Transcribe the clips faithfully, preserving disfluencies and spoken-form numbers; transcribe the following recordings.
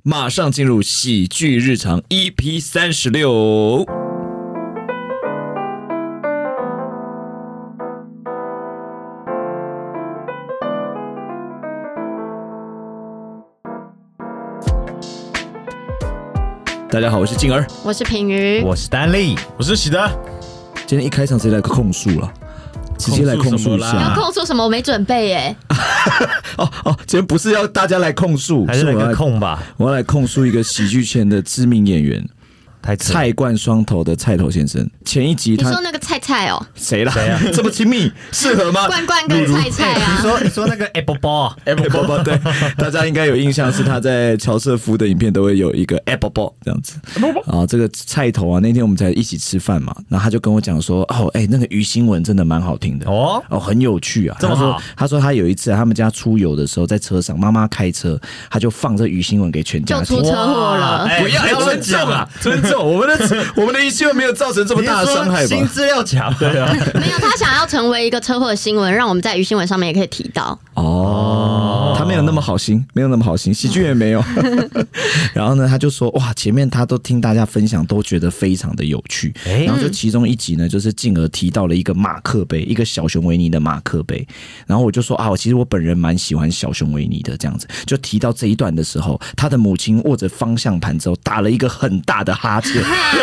马上进入喜剧日常 E P 三十六。大家好，我是静儿， 我是品瑜， 我是丹力， 我是喜德。 今天一开场直接来个控诉了，直接来控诉一下。 要控诉什么？我没准备耶。 哦哦，今天不是要大家来控诉， 还是来个控吧？ 我要来控诉一个喜剧圈的知名演员。菜冠双头的菜头先生，前一集他你说那个菜菜哦， 谁啦？谁啊？这么亲密，适合吗？ 冠冠跟菜菜啊！ 你说你说那个 Apple Ball，Apple Ball， 对，大家应该有印象，是他在乔瑟夫的影片都会有一个 Apple Ball 这样子。啊，这个菜头啊，那天我们才一起吃饭嘛，然后他就跟我讲说，哦，哎、欸，那个鱼新闻真的蛮好听的哦，哦，很有趣啊。他说，他说他有一次他们家出游的时候，在车上，妈妈开车，他就放这鱼新闻给全家听， 就出车祸了。 不要，要尊重啊，尊重我们的。我们的鱼新闻没有造成这么大的伤害吧？ 新资料夹， 对啊， 没有，他想要成为一个车祸的新闻，让我们在鱼新闻上面也可以提到。 哦，他没有那么好心，没有那么好心，喜剧也没有。然后呢，他就说哇，前面他都听大家分享，都觉得非常的有趣。欸、然后就其中一集呢，就是进而提到了一个马克杯，一个小熊维尼的马克杯。然后我就说啊，其实我本人蛮喜欢小熊维尼的，这样子。就提到这一段的时候，他的母亲握着方向盘之后，打了一个很大的哈欠。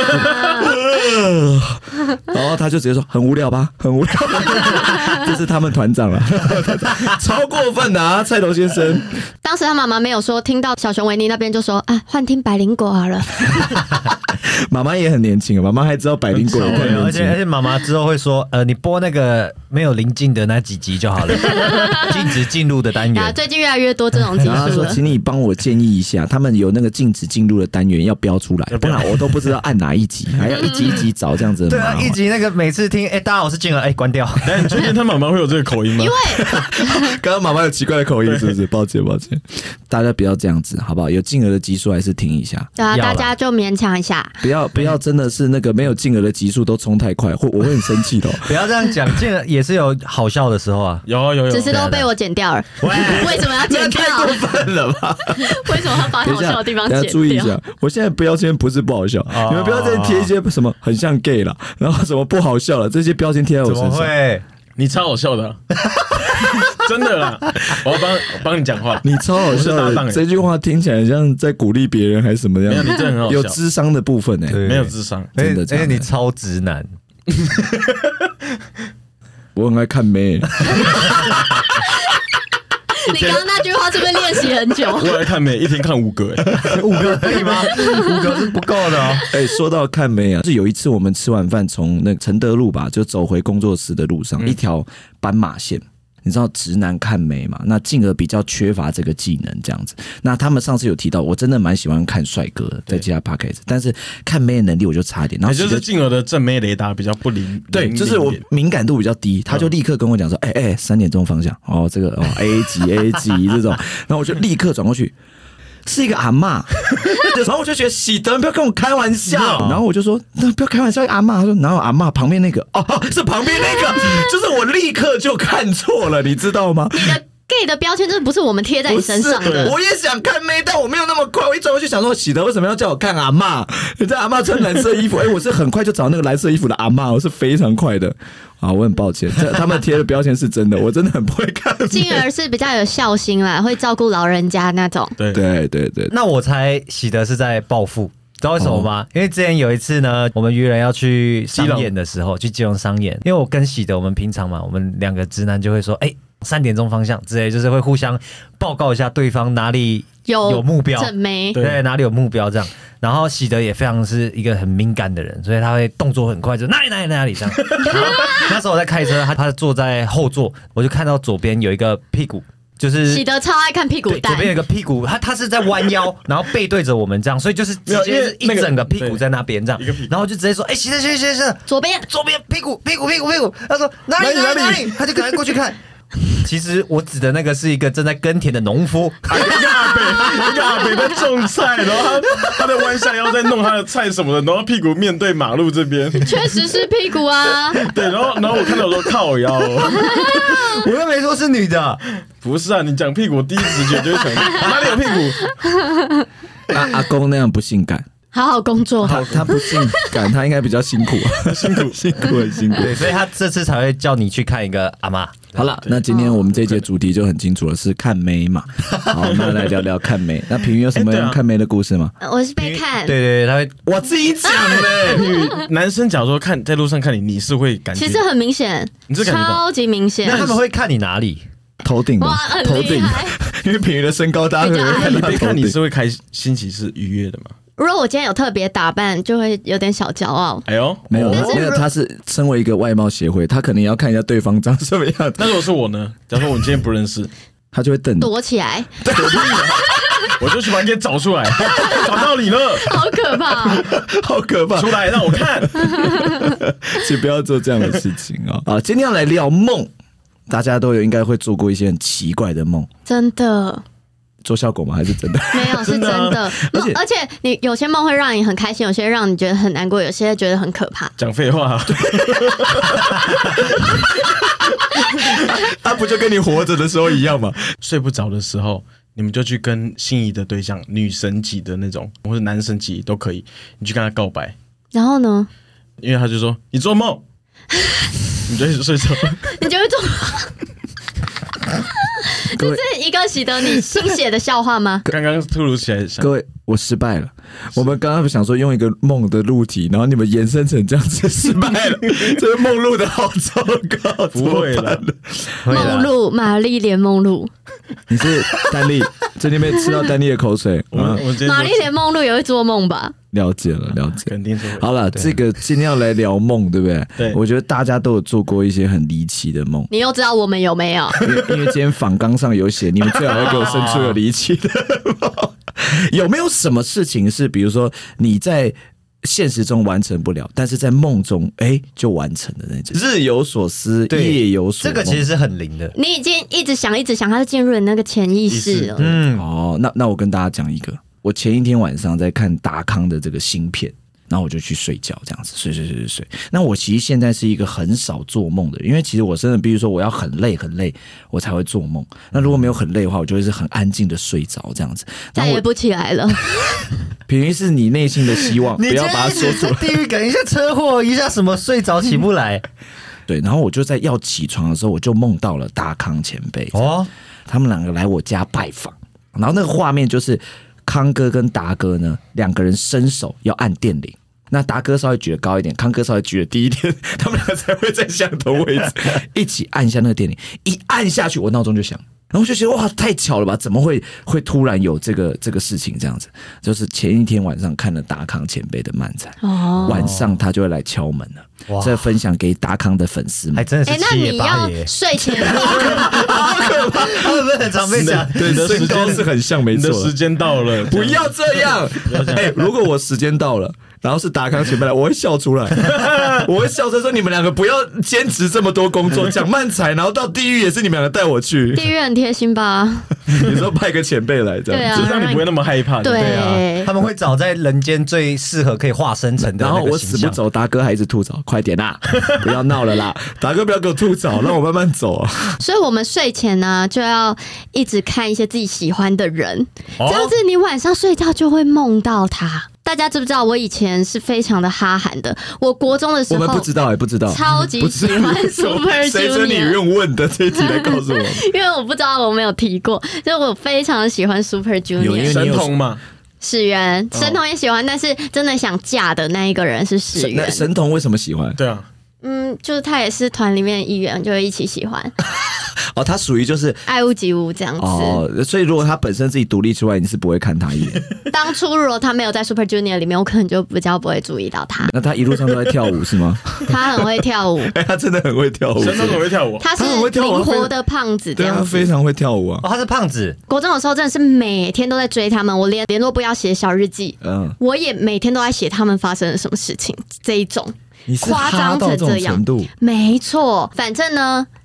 然后他就直接说很无聊吧，很无聊吧。这是他们团长了，超过分的啊，菜头先生。 当时他妈妈没有说，听到小熊维尼那边就说啊，换听百灵果好了。 妈妈也很年轻，妈妈还知道百灵果也太年轻， 而且而且妈妈之后会说，呃，你播那个没有临近的那几集就好了，禁止进入的单元。 啊，最近越来越多这种集数了。 然后他说，请你帮我建议一下，他们有那个禁止进入的单元要标出来，不然我都不知道按哪一集，还要一集一集找这样子。 对啊，一集那个每次听，哎、欸，大家好，我是静儿，哎、欸，关掉。 但你确定他妈妈会有这个口音吗？ 因为刚刚妈妈有奇怪的口音，是不是？抱歉，抱歉，大家不要这样子，好不好？有静儿的集数还是听一下。 对啊，大家就勉强一下， 不要不要真的是那个没有静儿的集数都冲太快，会我会很生气的、哦。 不要这样讲，静儿也是有好笑的时候啊， 有有有， 只是都被我剪掉了。为什么要剪掉？ 太过分了吧？ 为什么要把好笑的地方剪掉？ 大家注意一下，我现在标签不是不好笑，哦、你们不要再贴一些什么很像 gay 啦，然后什么不好笑了，这些标签贴在我身上。 怎么会？ 你超好笑的、啊，真的啦！我要帮帮你讲话， 你超好笑的。这句话听起来像在鼓励别人还是什么样？ 没有，你真的很好笑， 有智商的部分哎、 欸，没有智商， 真的。而且你超直男， 我很爱看妹。 你刚刚那句话是不是练习很久？ 我爱看妹，一天看五个、欸， 五个可以吗？五个是不够的哦。 哎、欸，说到看妹啊，是有一次我们吃完饭从那承德路吧，就走回工作室的路上，嗯、一条斑马线。你知道直男看妹嘛？那进而比较缺乏这个技能，这样子。那他们上次有提到，我真的蛮喜欢看帅哥的，在其他 podcast， 但是看妹的能力我就差一点。然后也就是进而的正妹雷达比较不灵， 对，就是我敏感度比较低，他就立刻跟我讲说：“哎、欸、哎，三、欸、点钟方向哦，这个哦 A 级 A 级这种。”然后我就立刻转过去。是一个阿嬷，然后我就觉得喜德不要跟我开玩笑，然后我就说那不要开玩笑，阿嬷，他说哪有阿嬷旁边那个哦哦是旁边那个，就是我立刻就看错了，你知道吗？ 你的 gay 的标签真的不是我们贴在你身上的。 我也想看妹，但我没有那么快。我一转过去想说，喜德为什么要叫我看阿嬷？你这阿嬷穿蓝色衣服，哎、欸，我是很快就找那个蓝色衣服的阿嬷，我是非常快的。啊，我很抱歉，他们贴的标签是真的，我真的很不会看。 静儿是比较有孝心啦，会照顾老人家那种。 对对对对。 那我猜喜德是在报复，知道为什么吗？哦、因为之前有一次呢，我们愚人要去商演的时候，去基隆商演，因为我跟喜德，我们平常嘛，我们两个直男就会说，哎、欸。三点钟方向之类，就是会互相报告一下对方哪里有有目标，对，哪里有目标这样。然后喜德也非常是一个很敏感的人，所以他会动作很快，就哪里哪里哪里这样。那时候我在开车，他他坐在后座，我就看到左边有一个屁股。就是喜德超爱看屁股蛋， 左边有一个屁股，他他是在弯腰，然后背对着我们这样，所以就是直接是一整个屁股在那边这样，然后就直接说，哎、欸，喜德喜德喜德， 左边左边屁股屁股屁股屁股，他说哪里哪里哪里，他就赶快过去看。其实我指的那个是一个正在耕田的农夫， 啊、一个阿伯，一个阿伯在种菜，然后他他在弯下腰在弄他的菜什么的，然后屁股面对马路这边， 确实是屁股啊。 对，然后然后我看到我说靠腰、哦， 我又没说是女的， 不是啊，你讲屁股，第一直觉就会想哪里有屁股。 阿阿公那样不性感。 好好工作， 他他不性感，他应该比较辛苦啊， 辛苦辛苦很辛苦。 对，所以他这次才会叫你去看一个阿嬷。 好了，那今天我们这一节主题就很清楚了，是看妹嘛。好，那来聊聊看妹。那平云有什么样看妹的故事吗？ 我是被看， 对对对，他会我自己讲嘞。 男生假如说看在路上看你，你是会感觉？ 其实很明显， 你是感觉到超级明显。 那他们会看你哪里？ 头顶吧， 哇，很头顶， 厉害。 因为平云的身高，大家会看你被看你他头顶。 是会开心情是愉悦的吗？ 如果我今天有特别打扮，就会有点小骄傲。 哎呦， 没有， 哦没有，他是身为一个外貌协会，他可能也要看一下对方长什么样子， 那如果是我呢？假如说我今天不认识， 他就会瞪你。 躲起来， 我就去把你给找出来，找到你了， 好可怕！ 好可怕！ 出来让我看。 请不要做这样的事情啊！啊，今天要来聊梦，大家都有应该会做过一些很奇怪的梦， 真的做效果吗？还是真的？ 没有，是真的。 而且而且你有些梦会让你很开心，有些让你觉得很难过，有些觉得很可怕。 讲废话， 他不就跟你活着的时候一样吗？ 睡不着的时候，你们就去跟心仪的对象，女神级的那种，或者男神级都可以，你去跟他告白， 然后呢， 因为他就说你做梦，你就一直睡着。 你就会做。这是一个喜得你心血的笑话吗？ 刚刚突如其来想， 各位，我失败了。我们刚刚想说用一个梦的录题，然后你们延伸成这样子，失败了。这个梦录的好糟糕， 不会了， 梦露，玛丽莲梦露， 你是丹丽，最近没吃到丹丽的口水。 我们我今天玛丽莲梦露也会做梦吧？ 了解了，了解。 肯定是会。 好了，这个今天要来聊梦，对不对？ 对， 我觉得大家都有做过一些很离奇的梦。 你又知道我们有没有？ 因为因为今天访纲上有写，你们最好要给我生出有离奇的梦。有没有什么事情是，比如说你在现实中完成不了，但是在梦中哎就完成的那种？日有所思，夜有所梦。 这个其实是很灵的。 你已经一直想，一直想，它就进入了那个潜意识了。 嗯， 哦，那那我跟大家讲一个，我前一天晚上在看达康的这个新片。然后我就去睡觉，这样子睡睡睡睡睡。那我其实现在是一个很少做梦的人，因为其实我真的，比如说我要很累很累，我才会做梦。那如果没有很累的话，我就会是很安静的睡着这样子。 再也不起来了。 平云是你内心的希望，不要把它说出来。 地狱感一下车祸，一下什么睡着起不来。 对，然后我就在要起床的时候，我就梦到了达康前辈哦，他们两个来我家拜访，然后那个画面就是康哥跟达哥呢两个人伸手要按电铃。那达哥稍微举得高一点，康哥稍微举得低一点，他们俩才会在相同位置一起按一下那个电铃。一按下去，我闹钟就响，然后我就觉得哇，太巧了吧？怎么会会突然有这个这个事情？这样子，就是前一天晚上看了达康前辈的漫才，哦，晚上他就会来敲门了，这分享给达康的粉丝们。 还真的是七爷八爷。 那你要睡前， 好可怕！ 他们不是很常被讲， 对，你的身高是很像，没错。 你的时间到了， 不要这样。哎，如果我时间到了。然后是达康前辈来，我会笑出来，我会笑着说：“你们两个不要坚持这么多工作，讲漫才，然后到地狱也是你们两个带我去。” 地狱很贴心吧？ 你说派个前辈来，这样， 对啊， 就让你不会那么害怕。 对啊，他们会找在人间最适合可以化身成的。 然后我死不走，达哥还一直吐槽：“快点啦，不要闹了啦，达哥不要给我吐槽，让我慢慢走啊。” 所以我们睡前呢，就要一直看一些自己喜欢的人，这样子你晚上睡觉就会梦到他。大家知不知道我以前是非常的哈韩的？我国中的时候， 我们不知道，也不知道， 超级喜欢 Super Junior。 谁准你用问的这一题来告诉我？ 因为我不知道，我没有提过，就我非常喜欢 Super Junior。 神童嘛， 始源，神童也喜欢，但是真的想嫁的那一个人是始源。 神童为什么喜欢？ 对啊。 嗯，就是他也是团里面的一员，就会一起喜欢。 哦，他属于就是爱屋及乌这样子。 哦，所以如果他本身自己独立出来，你是不会看他一眼。 当初如果他没有在 Super Junior 里面，我可能就比较不会注意到他。 那他一路上都在跳舞是吗？ 他很会跳舞， 哎、欸，他真的很会跳舞， 神童很会跳舞， 他是灵活的胖子， 对，他非常会跳舞啊。 哦，他是胖子。 国中的时候真的是每天都在追他们，我连联络簿要写小日记，嗯，我也每天都在写他们发生了什么事情，这一种。 夸张成这样， 没错。反正呢，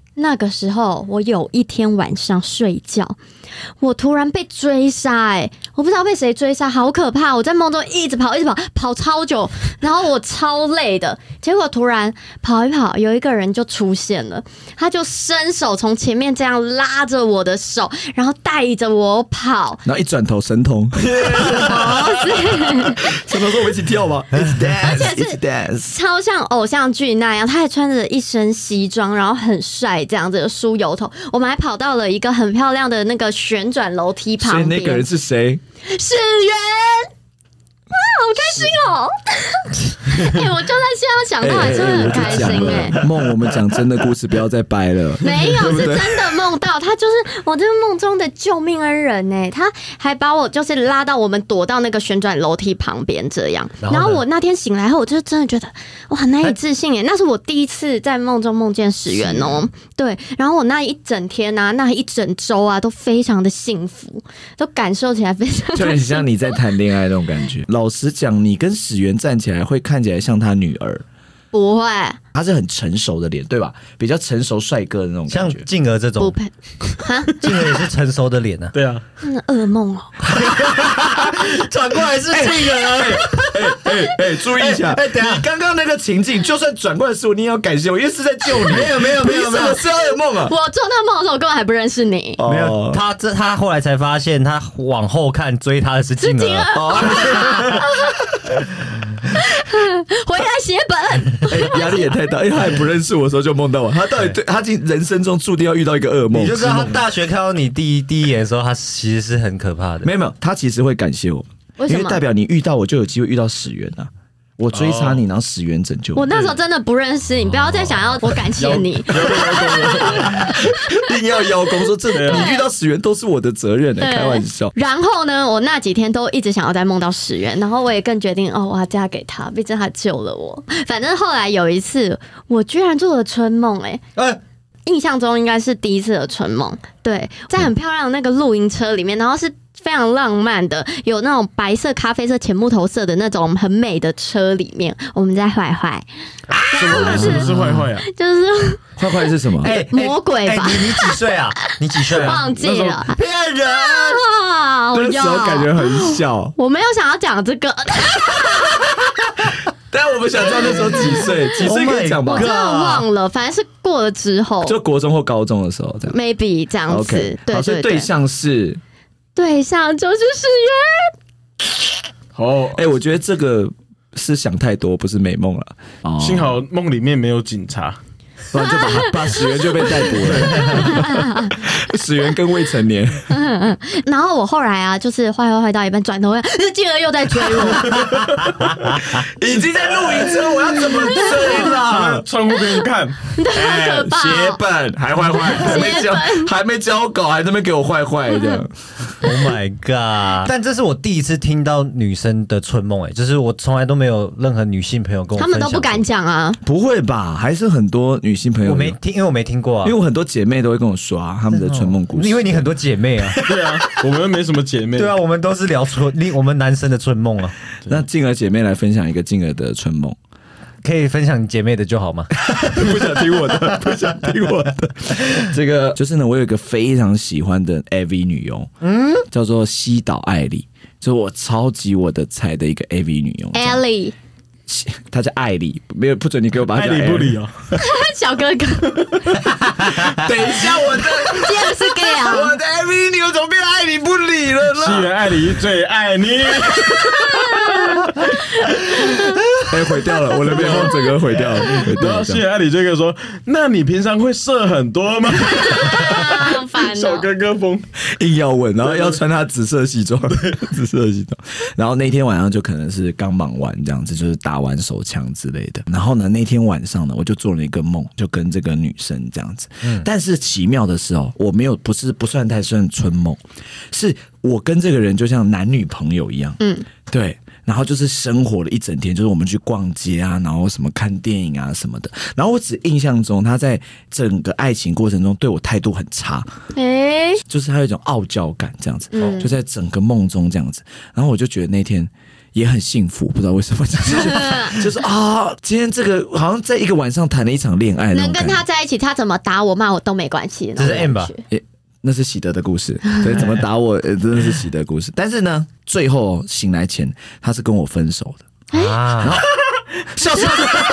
那个时候，我有一天晚上睡觉，我突然被追杀，哎，我不知道被谁追杀，好可怕！我在梦中一直跑，一直跑，跑超久，然后我超累的，结果突然跑一跑，有一个人就出现了，他就伸手从前面这样拉着我的手，然后带着我跑， 然后一转头神童， 不是， 神童说我们一起跳吧，一起 dance， 一起 dance， 超像偶像剧那样，他还穿着一身西装，然后很帅，这样子的梳油头。我们还跑到了一个很漂亮的那个旋转楼梯旁边。 所以那个人是谁？ 史源。哇，好开心哦！哎、欸，我就在现在想到还是会很开心哎、 欸。梦、欸，我们讲真的故事，不要再掰了。 没有，是真的梦到他，就是我这个梦中的救命恩人哎，他还把我就是拉到我们躲到那个旋转楼梯旁边这样。然后, 然后我那天醒来后，我就真的觉得哇难以置信哎，那是我第一次在梦中梦见史源哦。对，然后我那一整天啊，那一整周啊，都非常的幸福，都感受起来非常的就很像你在谈恋爱那种感觉。老实讲，你跟史源站起来会看起来像他女儿， 不会， 他是很成熟的脸，对吧？比较成熟帅哥的那种感觉。 像静儿这种， 不配， 静儿也是成熟的脸啊。 对啊， 真的噩梦哦。 转过来是静儿， 哎哎哎，注意一下，哎、欸，你刚刚那个情境，就算转过来是我，你也要感谢我，因为是在救你。 没有没有没有没有， 是噩梦啊！ 我做那梦的时候，我根本还不认识你。 没有，他这他后来才发现，他往后看追他的是静儿。 回来写本， 哎，压力也太大，因为他还不认识我的时候就梦到我，他到底对他人生中注定要遇到一个噩梦。 你就知道他大学看到你第一第一眼的时候，他其实是很可怕的。 没有没有，他其实会感谢我， 为什么？ 因为代表你遇到我就有机会遇到史源啊。我追杀你，然后史源拯救我。 我那时候真的不认识你，不要再想要我感谢你。 硬要邀功说这你遇到史源都是我的责任的，开玩笑。 然后呢，我那几天都一直想要再梦到史源，然后我也更决定哦，我要嫁给他，毕竟他救了我。反正后来有一次，我居然做了春梦、欸，哎、欸。印象中应该是第一次的春梦，对，在很漂亮的那个露营车里面，然后是非常浪漫的，有那种白色、咖啡色、浅木头色的那种很美的车里面，我们在坏坏。 什么？什么是坏坏啊？ 就是坏坏是什么？ 哎、欸， 魔鬼吧？ 欸、你你几岁啊？你几岁啊？ 忘记了， 骗人！ 啊， 那时候感觉很小， 我没有想要讲这个。 但我们想知道那时候几岁？几岁可以讲吧？ 我真的忘了，反正是过了之后， 就国中或高中的时候，这样 maybe 这样子。 Okay. 对， 好，所以对象是对象就是史源。 哦， 哎，我觉得这个是想太多，不是美梦了。 哦，幸好梦里面没有警察。 不然就把把史源就被逮捕了。史源跟未成年。 然后我后来啊，就是坏坏坏到一半，转头看，静儿又在追我， 已经在露营车，我要怎么追啦？ 窗户给你看， 哎，写本还坏坏，还没交还没交稿，还在那边给我坏坏这样。 Oh my god！ 但这是我第一次听到女生的春梦，哎，就是我从来都没有任何女性朋友跟我分享， 他们都不敢讲啊。 不会吧？还是很多女性朋友， 我没听，因为我没听过啊。 因为我很多姐妹都会跟我说啊，她们的春梦故事。 因为你很多姐妹啊， 对啊，我们没什么姐妹。 对啊，我们都是聊春，我们男生的春梦啊。 那静儿姐妹来分享一个静儿的春梦。 可以分享你姐妹的就好吗？ 不想听我的，不想听我的。这个就是呢，我有一个非常喜欢的 A V 女优，嗯，叫做西岛爱里，就是我超级我的菜的一个 A V 女优。 Ellie， 她叫爱里，没有不准你给我把她叫爱理不理哦。 小哥哥， 等一下，我的竟然是 gay 啊！ 我的 A V 女优怎么变爱理不理了呢？ 西园爱理最爱你。 哎、欸，毁掉了，我的美梦整个毁掉了，毁掉了。 然后谢爱里这个说：“那你平常会射很多吗？” 好烦哦， 小哥哥风硬要问，然后要穿他紫色西装，紫色西装。然后那天晚上就可能是刚忙完这样子，就是打完手枪之类的。然后呢，那天晚上呢，我就做了一个梦，就跟这个女生这样子。嗯、但是奇妙的是哦，我没有不是不算太算春梦，是我跟这个人就像男女朋友一样。嗯， 对。然后就是生活了一整天，就是我们去逛街啊，然后什么看电影啊什么的。然后我只印象中他在整个爱情过程中对我态度很差，哎、欸，就是他有一种傲娇感这样子，嗯、就在整个梦中这样子。然后我就觉得那天也很幸福，不知道为什么，就是就是啊，今天这个好像在一个晚上谈了一场恋爱， 能跟他在一起，他怎么打我骂我都没关系。 这是 M 吧？ 那是喜德的故事，对，怎么打我，呃、真的是喜德的故事。但是呢，最后醒来前，他是跟我分手的啊。然后小时候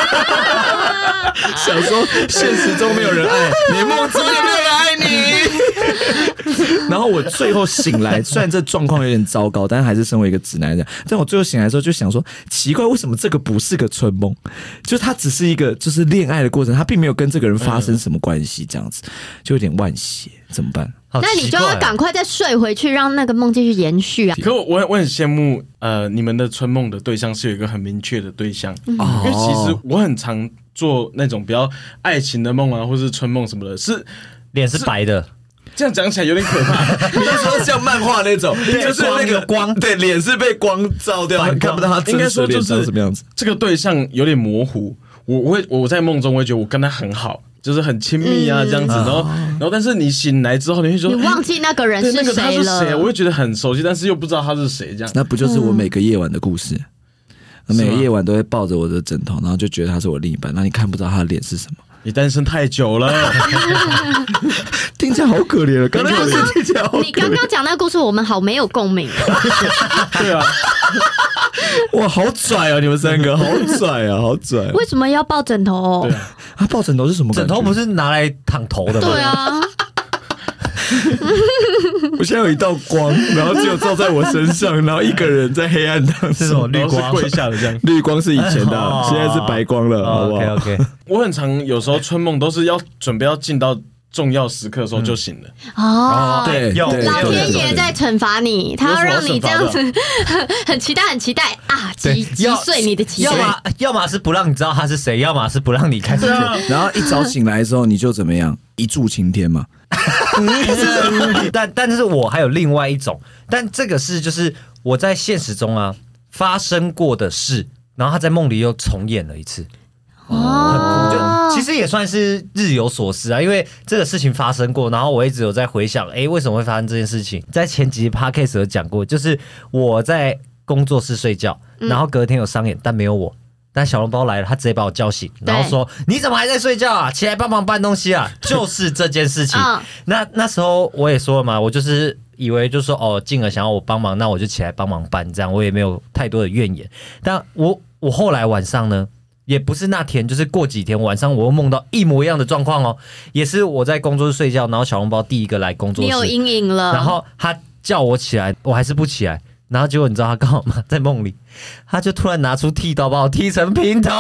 想说，现实中没有人爱你，梦中也没有人爱你。然后我最后醒来，虽然这状况有点糟糕，但是还是身为一个直男这样。但我最后醒来的时候就想说，奇怪，为什么这个不是个春梦？就它只是一个就是恋爱的过程，它并没有跟这个人发生什么关系，这样子就有点惋惜。怎么办？ 那你就要赶快再睡回去，让那个梦继续延续啊！ 可我我我很羡慕，呃，你们的春梦的对象是有一个很明确的对象，嗯、因为其实我很常做那种比较爱情的梦啊，或是春梦什么的，是脸是白的。 这样讲起来有点可怕。 你是说像漫画那种，就是那个光，对，脸是被光照掉，看不到他真实的脸长什么样子。 这个对象有点模糊，我我会我在梦中我会觉得我跟他很好。就是很亲密啊，这样子，然后，然后，但是你醒来之后，你会说， 你忘记那个人是谁了？ 那个他是谁？我会觉得很熟悉，但是又不知道他是谁，这样。 那不就是我每个夜晚的故事？嗯、每个夜晚都会抱着我的枕头，然后就觉得他是我另一半，那你看不到他的脸是什么？ 你单身太久了， 听起来好可怜了。刚刚听起来好可怜。 你刚刚讲那个故事，我们好没有共鸣。 对啊。 哇，好拽啊！你们三个好拽啊，好拽、啊！ 为什么要抱枕头？ 对啊， 啊，抱枕头是什么感觉？ 枕头不是拿来躺头的吗？ 对啊。 我现在有一道光，然后只有照在我身上，然后一个人在黑暗当中。 是什么绿光？ 跪下的这样。 绿光是以前的，哦、现在是白光了，好不好 ？OK OK。 我很常有时候春梦都是要准备要进到重要时刻的时候就醒了。 哦， 对， 老天爷在惩罚你，他要让你这样子很期待，很期待啊，击击碎你的期待。 要么要么是不让你知道他是谁，要么是不让你开始。 然后一早醒来之后，你就怎么样？一柱擎天嘛。 但但是我还有另外一种，但这个是就是我在现实中啊发生过的事，然后他在梦里又重演了一次。哦，就其实也算是日有所思啊，因为这个事情发生过，然后我一直有在回想，哎，为什么会发生这件事情？在前集 podcast 有讲过，就是我在工作室睡觉，然后隔天有商演，但没有我。但小笼包来了，他直接把我叫醒，然后说：“你怎么还在睡觉啊？起来帮忙搬东西啊！”就是这件事情。嗯、那那时候我也说了嘛，我就是以为就是说哦，静儿想要我帮忙，那我就起来帮忙搬，这样我也没有太多的怨言。但我我后来晚上呢，也不是那天，就是过几天晚上，我又梦到一模一样的状况哦，也是我在工作室睡觉，然后小笼包第一个来工作室， 你有阴影了， 然后他叫我起来，我还是不起来。然后结果你知道他干嘛吗？在梦里，他就突然拿出剃刀把我剃成平头。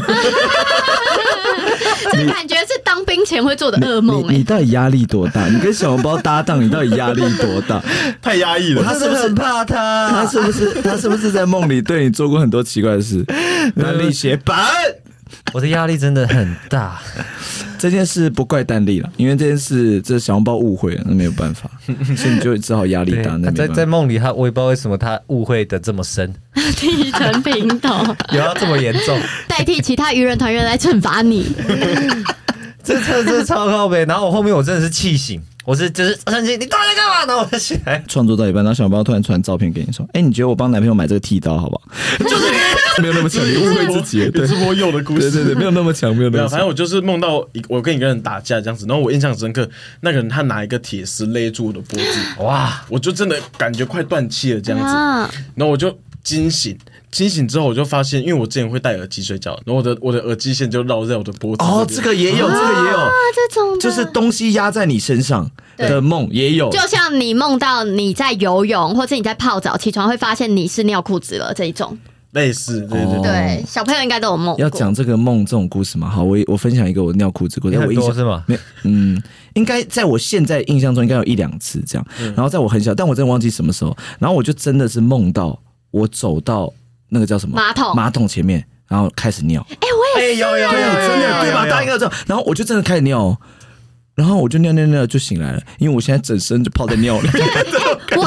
这感觉是当兵前会做的噩梦、欸。 你, 你, 你到底压力多大？你跟小笼包搭档，你到底压力多大？ 太压抑了。 他是不是很怕他？ 他是不是他是不是在梦里对你做过很多奇怪的事？拿力写板。 我的压力真的很大。 这件事不怪蛋力了，因为这件事这小笼包误会了，那没有办法，所以你就只好压力大。那在在梦里他，我也不知道为什么他误会的这么深， 剃成平头， 有要这么严重？ 代替其他愚人团员来惩罚你， 这这这超靠北。然后我后面我真的是气醒。我是就是生气，你到底在干嘛？然后我就起来创作到一半，然后小包突然传照片给你说：“哎、欸，你觉得我帮男朋友买这个剃刀好不好？”就是你没有那么强，你误会自己， 对，是波幼的故事， 对对对，没有那么强，没有那么强。 反正我就是梦到我跟一个人打架这样子，然后我印象深刻，那个人他拿一个铁丝勒住我的脖子，哇，我就真的感觉快断气了这样子，然后我就惊醒。清醒之后，我就发现，因为我之前会戴耳机睡觉，然后我的我的耳机线就绕在我的脖子。 哦，这个也有，这个也有， 啊，这种就是东西压在你身上的梦也有。 就像你梦到你在游泳，或者你在泡澡，起床会发现你是尿裤子了这一种。 类似，对对对, 对、哦，小朋友应该都有梦过。 要讲这个梦这种故事吗？好，我我分享一个我尿裤子故事。 很多是吗？ 没，嗯，应该在我现在印象中应该有一两次这样。嗯、然后在我很小，但我真的忘记什么时候。然后我就真的是梦到我走到。那个叫什么马桶？ 马桶前面，然后开始尿。 哎、欸，我也是、欸， 有有有， 真的对吧？大家应该知道。然后我就真的开始尿，然后我就尿尿尿就醒来了，因为我现在整身就泡在尿里。 欸、我当时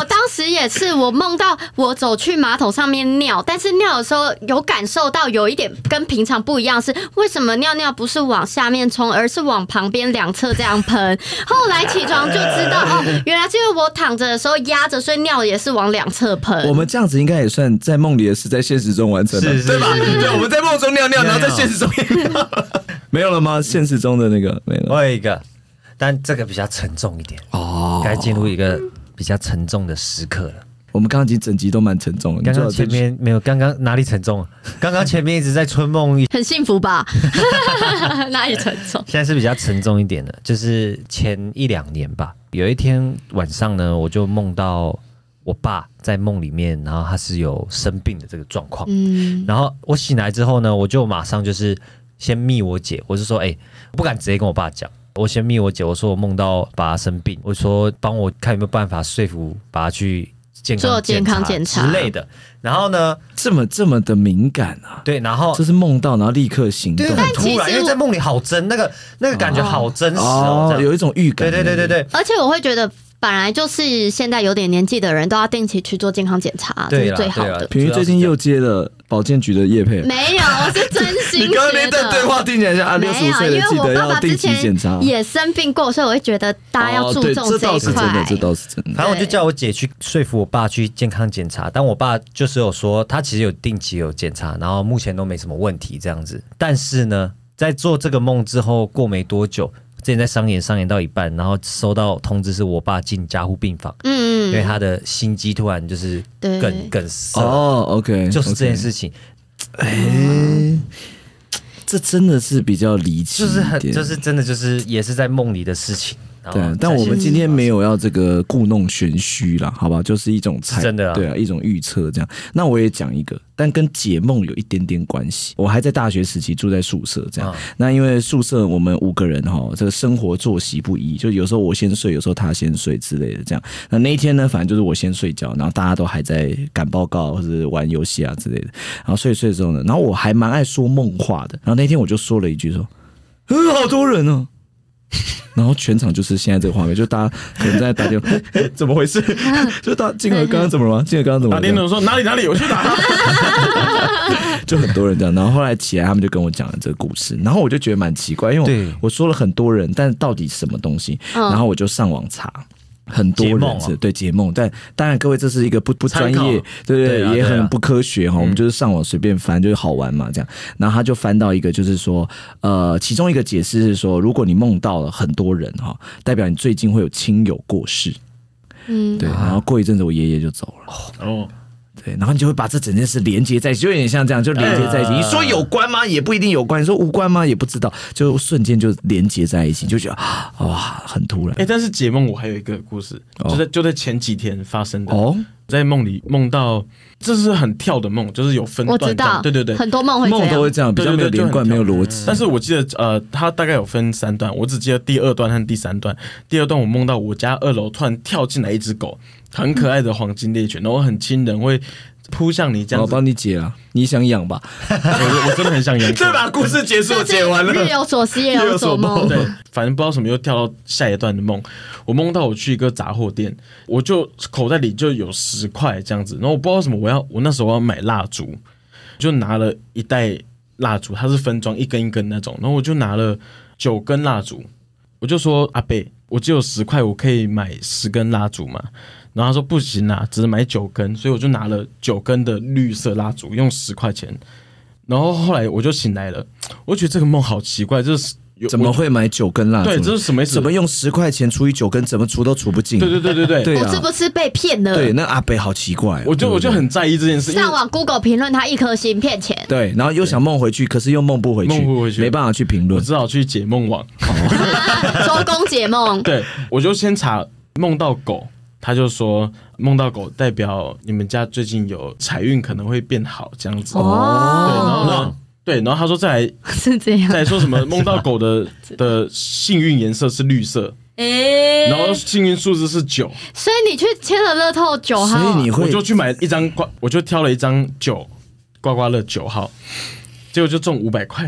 实也是，我梦到我走去马桶上面尿，但是尿的时候有感受到有一点跟平常不一样，是为什么尿尿不是往下面冲，而是往旁边两侧这样喷？后来起床就知道，哦，原来是因为我躺着的时候压着，所以尿也是往两侧喷。 我们这样子应该也算在梦里的事，在现实中完成了， 是是对吧？对，我们在梦中尿尿，然后在现实中也尿。没有了吗？现实中的那个没了。 我有一个，但这个比较沉重一点哦，该进入一个比较沉重的时刻了。 我们刚刚已经整集都蛮沉重了， 刚刚前面没有，刚刚哪里沉重啊？刚刚前面一直在春梦， 很幸福吧？哪里沉重？ 现在是比较沉重一点的，就是前一两年吧。有一天晚上呢，我就梦到我爸在梦里面，然后他是有生病的这个状况。嗯，然后我醒来之后呢，我就马上就是先密我姐，我就说，哎、欸，不敢直接跟我爸讲。我先密我姐，我说我梦到爸生病，我说帮我看有没有办法说服爸爸去健康做健康检查之类的。然后呢， 这么这么的敏感啊？ 对，然后这是梦到，然后立刻行动， 对，很突然，因为在梦里好真，那个那个感觉好真实哦， 哦有一种预感。 对对对对对， 而且我会觉得。本来就是现在有点年纪的人都要定期去做健康检查，这是最好的。 平瑜最近又接了保健局的业配， 没有，我是真心觉得。 你刚刚那段对话听起来像啊，六十五岁的记得要定期检查。 也生病过，所以我会觉得大家要注重这一块。 这倒是真的，这倒是真的。 反正我就叫我姐去说服我爸去健康检查，但我爸就是有说他其实有定期有检查，然后目前都没什么问题这样子。但是呢，在做这个梦之后，过没多久。之前在商演，商演到一半，然后收到通知是我爸进加护病房，嗯，因为他的心肌突然就是梗梗塞哦 ，OK， 就是这件事情， 哎、欸，这真的是比较离奇， 就是很，就是真的就是也是在梦里的事情。 对，但我们今天没有要这个故弄玄虚啦，好吧？就是一种猜， 真的、啊， 对啊，一种预测这样。那我也讲一个，但跟解梦有一点点关系。我还在大学时期住在宿舍这样，啊、那因为宿舍我们五个人哈，这个生活作息不一，就有时候我先睡，有时候他先睡之类的这样。那那一天呢，反正就是我先睡觉，然后大家都还在赶报告或者玩游戏啊之类的。然后睡睡之后呢，然后我还蛮爱说梦话的，然后那天我就说了一句说：“嗯，好多人哦。”然后全场就是现在这个画面，就大家可能在打电话，怎么回事？就大静儿刚刚怎么了吗？静儿刚刚怎么了？ 打电话说哪里哪里，我去打。 就很多人这样，然后后来起来他们就跟我讲了这个故事，然后我就觉得蛮奇怪，因为 我, 我说了很多人，但到底什么东西？然后我就上网查。很多人是、哦、对解梦，但当然各位这是一个不不专业，对对，对、啊、也很不科学哈、嗯。我们就是上网随便翻，就是好玩嘛这样。然后他就翻到一个，就是说，呃，其中一个解释是说，如果你梦到了很多人哈，代表你最近会有亲友过世。嗯，对。然后过一阵子，我爷爷就走了。哦。对，然后你就会把这整件事连接在一起，就有点像这样，就连接在一起。你说有关吗？也不一定有关。你说无关吗？也不知道，就瞬间就连接在一起，就觉得哇，很突然。 哎、欸，但是解梦我还有一个故事，哦、就在就在前几天发生的。哦，在梦里梦到，这是很跳的梦，就是有分段。 我知道， 对对对， 很多梦会梦都会这样，比较没有连贯，没有逻辑。 但是我记得，呃，它大概有分三段，我只记得第二段和第三段。第二段我梦到我家二楼突然跳进来一只狗。很可爱的黄金猎犬，然后很亲人，会扑向你这样子。 我帮你解啊，你想养吧？ 我, 我真的很想养。 对吧？故事结束，解完了。 日有所思，夜有所梦。 对，反正不知道什么又跳到下一段的梦。我梦到我去一个杂货店，我就口袋里就有十块这样子，然后我不知道为什么我要，我那时候要买蜡烛，就拿了一袋蜡烛，它是分装一根一根那种，然后我就拿了九根蜡烛，我就说阿伯，我只有十块，我可以买十根蜡烛嘛？然后他说不行啦，只能买九根，所以我就拿了九根的绿色蜡烛，用十块钱。然后后来我就醒来了，我觉得这个梦好奇怪，就是怎么会买九根蜡烛？ 对，这是什么意思？ 怎么用十块钱除以九根，怎么除都除不尽？ 对对对对对， 对啊、 我是不是被骗了？ 对，那阿北好奇怪、哦， 我就我就很在意这件事。 上网 Google 评论他一颗星骗钱， 对，然后又想梦回去，可是又梦不回去， 梦不回去， 没办法去评论， 我只好去解梦网， 周公解梦。 对，我就先查梦到狗。他就说梦到狗代表你们家最近有财运可能会变好这样子哦，对，然后呢，对，然后他说再来是这样， 再来说什么梦到狗的的幸运颜色是绿色，欸、然后幸运数字是九， 所以你去签了乐透九号， 所以你会我就去买一张刮，我就挑了一张九刮刮乐九号，结果就中五百块。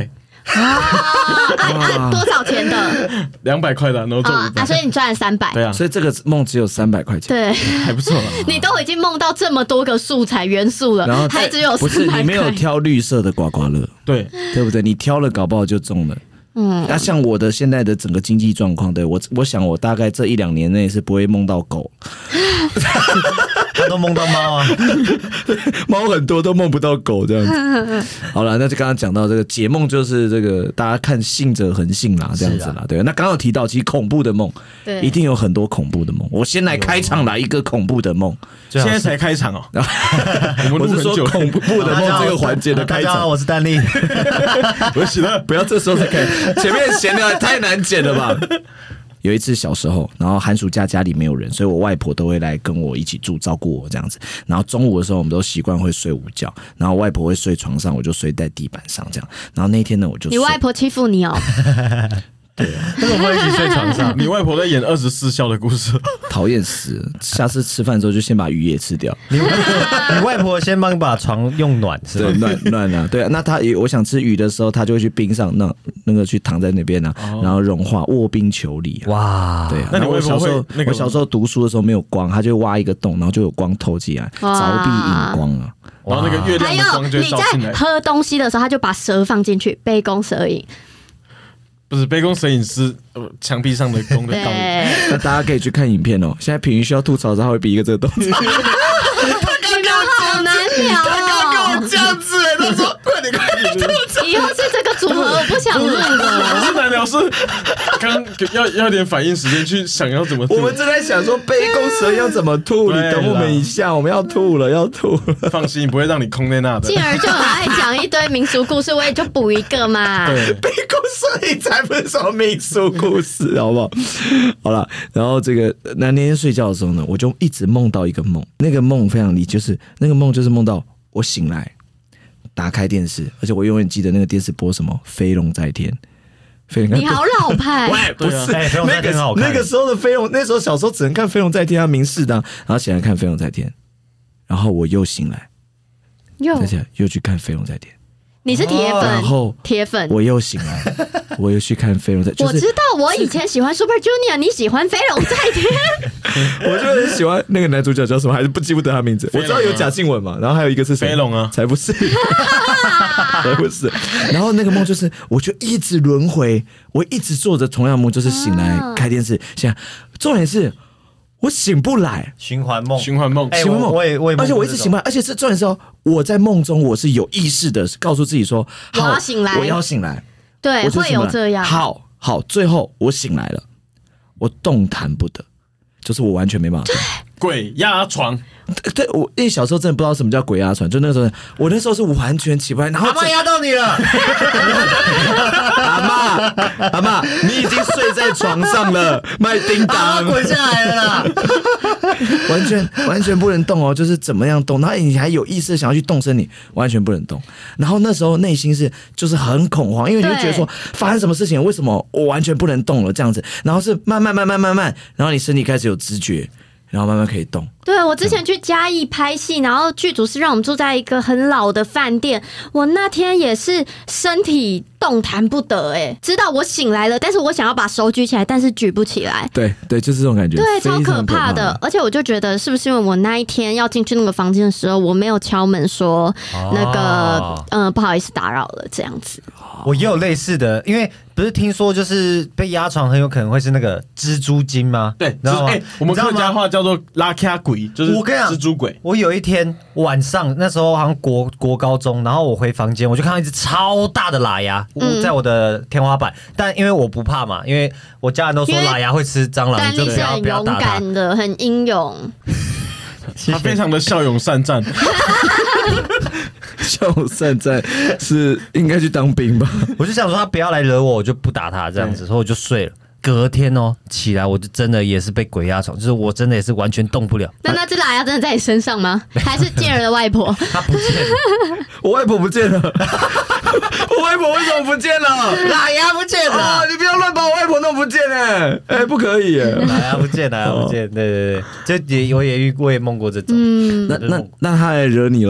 啊，多少钱的？ 两百块的，然后中五百、 啊，所以你赚了三百。 对啊， 所以这个梦只有三百块钱， 对， 还不错啦。 你都已经梦到这么多个素材元素了， 然后还只有不是你没有挑绿色的刮刮乐， 对对不对？你挑了，搞不好就中了。嗯，那、啊、像我的现在的整个经济状况，对我，我想我大概这一两年内是不会梦到狗， 他都梦到猫啊， 猫很多都梦不到狗这样子。好了，那就刚刚讲到这个解梦，就是这个大家看信者恒信啦，这样子啦，啊、对。那刚刚有提到，其实恐怖的梦，对，一定有很多恐怖的梦。我先来开场来一个恐怖的梦， 现在才开场哦。 我是说恐怖的梦这个环节的开场。 我是丹力， 不是的，不要这时候才开。前面闲聊也太难剪了吧！有一次小时候，然后寒暑假家里没有人，所以我外婆都会来跟我一起住，照顾我这样子。然后中午的时候，我们都习惯会睡午觉，然后外婆会睡床上，我就睡在地板上这样。然后那天呢，我就睡你外婆欺负你哦。 对啊， 为什么会一起睡床上？ 你外婆在演二十四孝的故事， 讨厌死了！下次吃饭的时候就先把鱼也吃掉。 你你外婆先帮你把床用暖，是吧？ 对，暖暖啊，对啊。那她我想吃鱼的时候，她就会去冰上那那个去躺在那边啊，哦、然后融化，卧冰求鲤、啊。哇，对啊。 那你外婆会那个？ 我小时候读书的时候没有光，她就挖一个洞，然后就有光透进来，凿壁引光啊。 然后那个月亮的光就会照进来。 你在喝东西的时候，他就把蛇放进去，杯弓蛇影。 不是杯弓蛇影是墙壁上的弓的道理。 那大家可以去看影片哦。现在品瑜需要吐槽的时候，他会比一个这个动作。 他刚刚好难聊哦。 他刚刚跟我这样子哎、欸，他说快点快点吐槽。 以后是这个组合，我不想录了。 不是难聊，是刚要要点反应时间去想要怎么吐。 我们正在想说杯弓蛇要怎么吐，你等我们一下，我们要吐了，要吐了。 放心，不会让你空在那的。 进而就很爱讲一堆民俗故事，我也就补一个嘛。 对，杯弓蛇影才不是什么民俗故事，好不好？好了，然后这个那那天睡觉的时候呢，我就一直梦到一个梦，那个梦非常离，就是那个梦就是梦到我醒来，打开电视，而且我永远记得那个电视播什么《飞龙在天》。 你好老派， 喂，不是、 啊欸、那个那个时候的飞龙，那时候小时候只能看《飞龙在天》啊，明视的、啊，然后起来看《飞龙在天》，然后我又醒来，又再起来又去看《飞龙在天》。 你是铁粉， 然后铁粉， 我又醒来，我又去看《飞龙在》就是。 我知道，我以前喜欢 Super Junior， 你喜欢《飞龙在天》， 我就很喜欢那个男主角叫什么，还是不记不得他名字。我知道有贾静雯嘛，然后还有一个是谁？ 飞龙啊， 才不是，才不是。然后那个梦就是，我就一直轮回，我一直做着同样的梦，就是醒来开电视，现在重点是。我醒不来， 循环梦， 循环梦， 欸、 循环梦， 我也我也， 而且我一直醒不来，而且是重点是哦，我在梦中我是有意识的，告诉自己说， 我要醒来， 我要醒来， 对，会有这样， 好好，最后我醒来了，我动弹不得，就是我完全没办法动。 鬼压床， 对，我因为小时候真的不知道什么叫鬼压床，就那个时候，我那时候是完全起不来，然后阿嬷压到你了， 阿嬷，阿嬷，你已经睡在床上了，麦叮当， 滚下来了啦， 完全完全不能动哦，就是怎么样动，然后你还有意识想要去动身体，完全不能动，然后那时候内心是就是很恐慌，因为你会觉得说发生什么事情，为什么我完全不能动了这样子，然后是慢慢慢慢慢慢，然后你身体开始有知觉。然后慢慢可以动。 对，我之前去嘉义拍戏，然后剧组是让我们住在一个很老的饭店。我那天也是身体动弹不得，哎，知道我醒来了，但是我想要把手举起来，但是举不起来。 对对，就是这种感觉， 对，超可怕怕的。而且我就觉得，是不是因为我那一天要进去那个房间的时候，我没有敲门说那个，哦、呃，不好意思打扰了，这样子。 我也有类似的，因为不是听说就是被压床很有可能会是那个蜘蛛精吗？ 对，知道吗？欸、我们客家话叫做拉卡鬼，就是我跟你讲蜘蛛鬼。 我有一天晚上，那时候好像国国高中，然后我回房间，我就看到一只超大的喇牙在我的天花板，嗯、但因为我不怕嘛，因为我家人都说喇牙会吃蟑螂，你就不要不要打它。 很勇敢的，很英勇。 他非常的骁勇善战。 骁勇善战是应该去当兵吧？ 我就想说他不要来惹我，我就不打他这样子，所以我就睡了。隔天哦起来，我就真的也是被鬼压床，就是我真的也是完全动不了。 那那只喇牙真的在你身上吗？还是健儿的外婆？ 他不见了， 我外婆不见了。我外婆为什么不见了？ 喇牙不见了、 哦！你不要乱把我外婆弄不见哎！哎、欸，不可以耶！ 喇牙不见，喇牙不见，对对对，这也我也遇我也梦过这种。嗯， 那那那他还惹你了？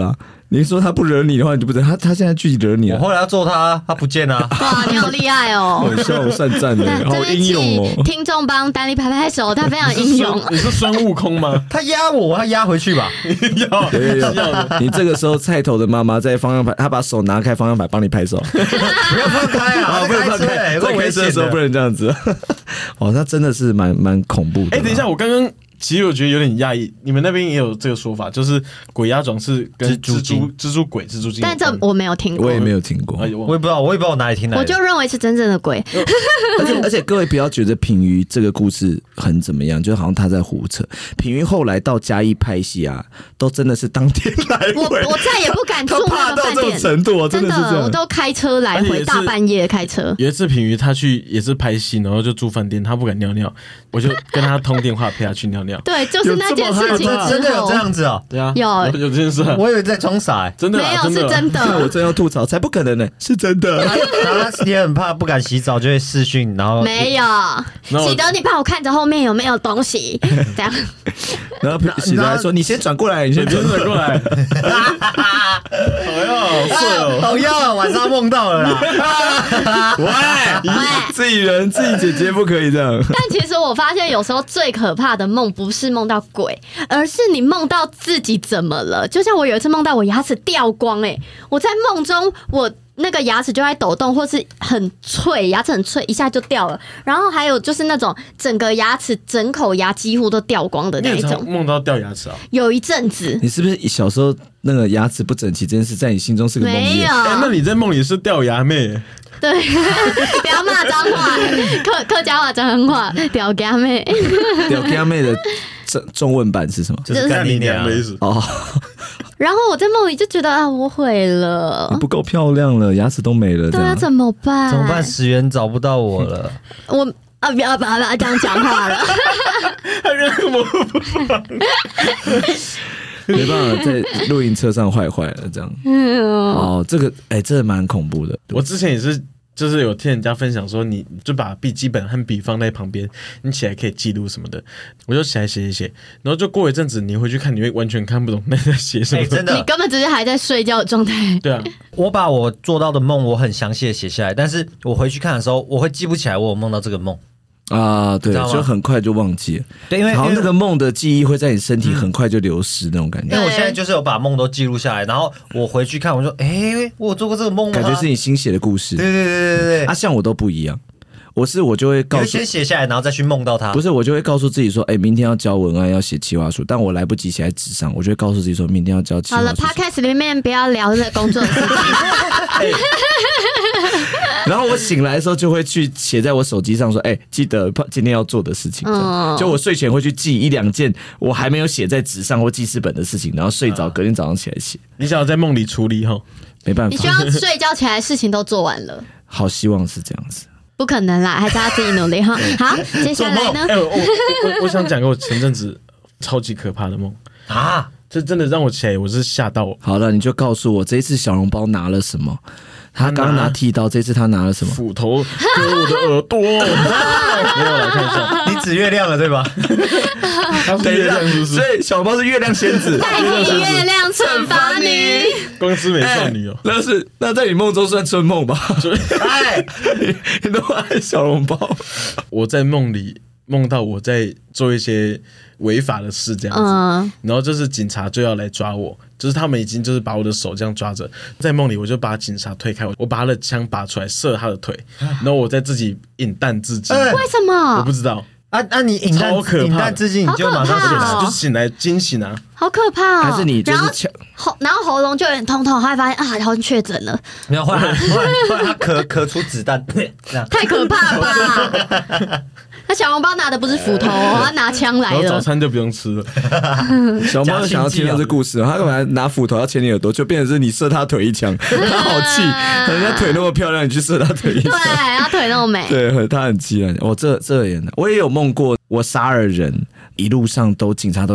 你说他不惹你的话，你就不知道他他现在具体惹你了。 我后来要揍他，他不见了。 哇，你好厉害哦！ 很骁勇善战的，好英勇哦！ 听众帮丹妮拍拍手，他非常英勇。 你是孙悟空吗？ 他压我，他压回去吧。 要有有有，你这个时候菜头的妈妈在方向盘，她把手拿开方向盘帮你拍手， 不要放开啊！ 不能放开，在开车的时候不能这样子。哦，那真的是蛮蛮恐怖的。 哎，等一下，我刚刚。其实我觉得有点讶异，你们那边也有这个说法，就是鬼压床是跟蜘蛛、蜘蛛鬼、蜘蛛精。 但这我没有听过， 我也没有听过， 我也不知道，我也不知道我哪里听来的。 我就认为是真正的鬼。 而且而且各位不要觉得品瑜这个故事很怎么样，就好像他在胡扯。品瑜后来到嘉义拍戏啊，都真的是当天来回。 我我再也不敢住那个饭店， 他怕到这种程度， 真的是这样。我都开车来回，大半夜开车。 有一次品瑜他去也是拍戏，然后就住饭店，他不敢尿尿，我就跟他通电话陪他去尿尿。 对，就是那。这件事情真的有这样子哦？ 对啊， 有有这件事， 我以为在装傻， 真的没有是真的。 我真要吐槽，才不可能呢，是真的。 他也很怕，不敢洗澡，就会视讯，然后没有喜德，你帮我看着后面有没有东西，这样。 然后喜德还说：“你先转过来，你先转过来。”好呀，好帅哦！ 好呀，晚上梦到了啦。 喂，自己人自己姐姐不可以这样。 但其实我发现有时候最可怕的梦不是梦到鬼，而是你梦到自己怎么了。就像我有一次梦到我牙齿掉光，哎，我在梦中我。那个牙齿就在抖动，或是很脆，牙齿很脆，一下就掉了。然后还有就是那种整个牙齿、整口牙几乎都掉光的那一种。 梦到掉牙齿啊？ 有一阵子。 你是不是小时候那个牙齿不整齐这件事，在你心中是个梦魇？ 没有、 欸。那你在梦里是掉牙妹？ 对，不要骂脏话，客客家话脏话，掉牙妹。 掉牙妹的中文版是什么？ 就是干你娘的意思哦。 然后我在梦里就觉得啊，我毁了， 你不够漂亮了，牙齿都没了， 对啊，怎么办？ 怎么办？十元找不到我了， 我啊，不要不要不要这样讲话了， 他跟我不放， 没办法在露营车上坏坏了，这样。哦，这个哎、欸，这蛮恐怖的。 我之前也是。就是有听人家分享说，你就把笔记本和笔放在旁边，你起来可以记录什么的。我就起来写写写，然后就过一阵子，你回去看，你会完全看不懂那在写什么。 欸、真的， 你根本只是还在睡觉的状态。 对啊， 我把我做到的梦，我很详细的写下来，但是我回去看的时候，我会记不起来我有梦到这个梦。 啊，对，就很快就忘记了。 对，因为好像那个梦的记忆会在你身体很快就流失那种感觉。 因为我现在就是有把梦都记录下来，然后我回去看，我说，哎、欸，我有做过这个梦吗？ 感觉是你新写的故事。 对对对对对。 啊，像我都不一样。我是我就会告诉， 先写下来，然后再去梦到它。 不是，我就会告诉自己说，哎、欸，明天要交文案，要写企划书，但我来不及写在纸上，我就会告诉自己说，明天要交企划书。 好了 ，Podcast 里面不要聊这工作的事情。 欸然后我醒来的时候就会去写在我手机上说，哎、欸，记得今天要做的事情。嗯，就我睡前会去记一两件我还没有写在纸上或记事本的事情，然后睡着，隔天早上起来写。 你想要在梦里处理哈？ 没办法， 你希望睡觉起来事情都做完了。 好，希望是这样子。 不可能啦，还是要自己努力哈。好，接下来呢？ 哎、欸，我我我想讲个我前阵子超级可怕的梦啊！这真的让我起来，我是吓到我。 好了，你就告诉我这一次小笼包拿了什么？他刚刚拿剃刀，这次他拿了什么？ 斧头割我的耳朵。没有来看一下， 你指月亮了对吧？ 对，月亮是不是？所以小笼包是月亮仙子， 代替月亮惩罚你。 光之美少女哦、 欸，那是那在你梦中算春梦吧？哎，你都爱小笼包。 我在梦里梦到我在做一些违法的事，这样子，嗯、然后就是警察就要来抓我，就是他们已经就是把我的手这样抓着，在梦里我就把警察推开，我把他的枪拔出来射他的腿，然后我再自己引弹自尽。 为什么？ 我不知道。 啊啊！你引弹引弹自尽，你就马上醒来， 哦、 就醒来惊醒啊！ 好可怕、哦！ 还是你就是喉，然后喉咙就有点痛痛，后来发现啊，好像确诊了。 没有，后来后来后来他咳咳出子弹，这样太可怕了吧！那小笼包拿的不是斧头、哦，他拿枪来了。 然后早餐就不用吃了。 小猫想要听到这故事，他干嘛拿斧头要切你耳朵，就变成是你射他腿一枪，他好气，人家腿那么漂亮，你去射他腿一枪， 对，他腿那么美， 对，他很气啊！我这这也，我也有梦过，我杀了人，一路上都警察都在